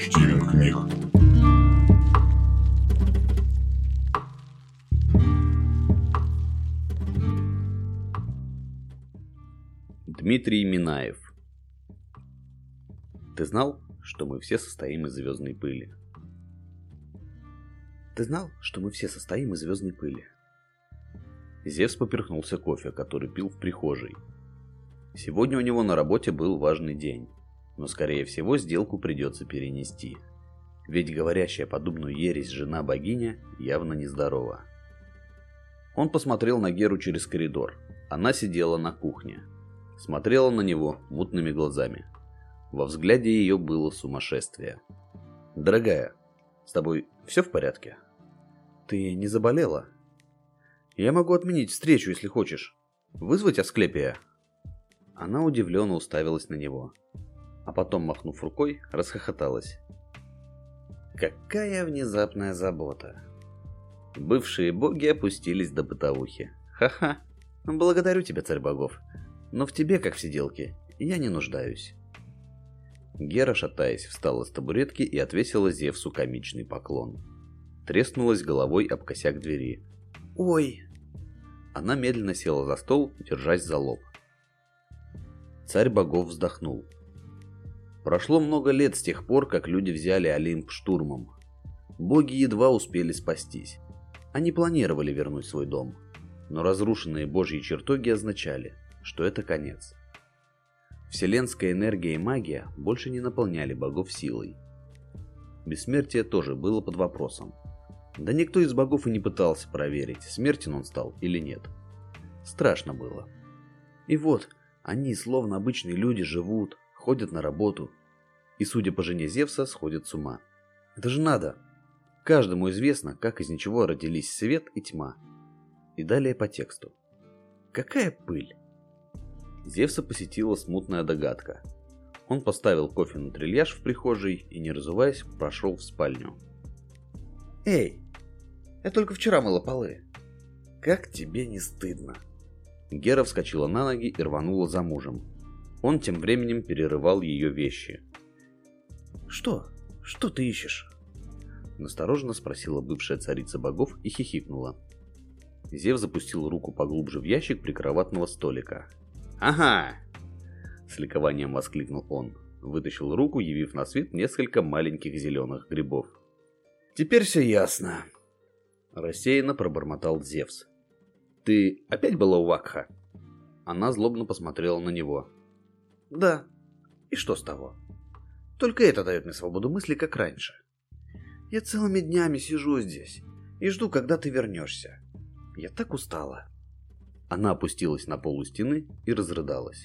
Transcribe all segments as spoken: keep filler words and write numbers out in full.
Штивен книг. Дмитрий Минаев. Ты знал, что мы все состоим из звездной пыли? Ты знал, что мы все состоим из звездной пыли? Зевс поперхнулся кофе, который пил в прихожей. Сегодня у него на работе был важный день, но, скорее всего, сделку придется перенести. Ведь говорящая подобную ересь жена-богиня явно нездорова. Он посмотрел на Геру через коридор. Она сидела на кухне. Смотрела на него мутными глазами. Во взгляде ее было сумасшествие. «Дорогая, с тобой все в порядке? Ты не заболела? Я могу отменить встречу, если хочешь. Вызвать Асклепия?» Она удивленно уставилась на него, а потом, махнув рукой, расхохоталась. Какая внезапная забота. Бывшие боги опустились до бытовухи. Ха-ха, благодарю тебя, царь богов, но в тебе, как в сиделке, я не нуждаюсь. Гера, шатаясь, встала с табуретки и отвесила Зевсу комичный поклон. Треснулась головой об косяк двери. «Ой!» Она медленно села за стол, держась за лоб. Царь богов вздохнул. Прошло много лет с тех пор, как люди взяли Олимп штурмом. Боги едва успели спастись. Они планировали вернуть свой дом, но разрушенные божьи чертоги означали, что это конец. Вселенская энергия и магия больше не наполняли богов силой. Бессмертие тоже было под вопросом. Да никто из богов и не пытался проверить, смертен он стал или нет. Страшно было. И вот, они, словно обычные люди, живут, ходят на работу. И, судя по жене Зевса, сходят с ума. Это же надо. Каждому известно, как из ничего родились свет и тьма. И далее по тексту. Какая пыль? Зевса посетила смутная догадка. Он поставил кофе на трильяж в прихожей и, не разуваясь, прошел в спальню. «Эй, я только вчера мыла полы. Как тебе не стыдно?» Гера вскочила на ноги и рванула за мужем. Он тем временем перерывал ее вещи. «Что? Что ты ищешь?» Настороженно спросила бывшая царица богов и хихикнула. Зев запустил руку поглубже в ящик прикроватного столика. «Ага!» С ликованием воскликнул он. Вытащил руку, явив на свет несколько маленьких зеленых грибов. «Теперь все ясно!» Рассеянно пробормотал Зевс. «Ты опять была у Вакха?» Она злобно посмотрела на него. «Да. И что с того? Только это дает мне свободу мысли, как раньше. Я целыми днями сижу здесь и жду, когда ты вернешься. Я так устала». Она опустилась на пол у стены и разрыдалась.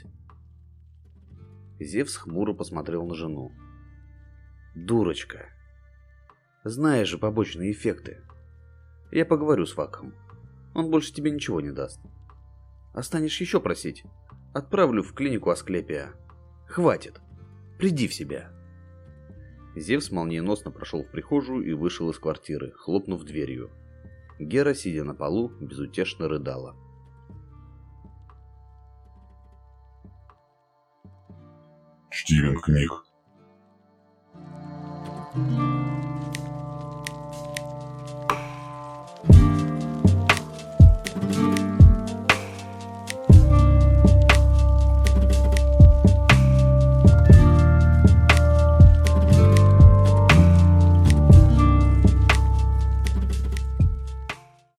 Зевс хмуро посмотрел на жену. «Дурочка. Знаешь же побочные эффекты. Я поговорю с Вакхом. Он больше тебе ничего не даст. А станешь еще просить, отправлю в клинику Асклепия. Хватит. Приди в себя». Зевс молниеносно прошел в прихожую и вышел из квартиры, хлопнув дверью. Гера, сидя на полу, безутешно рыдала. Штивен книг.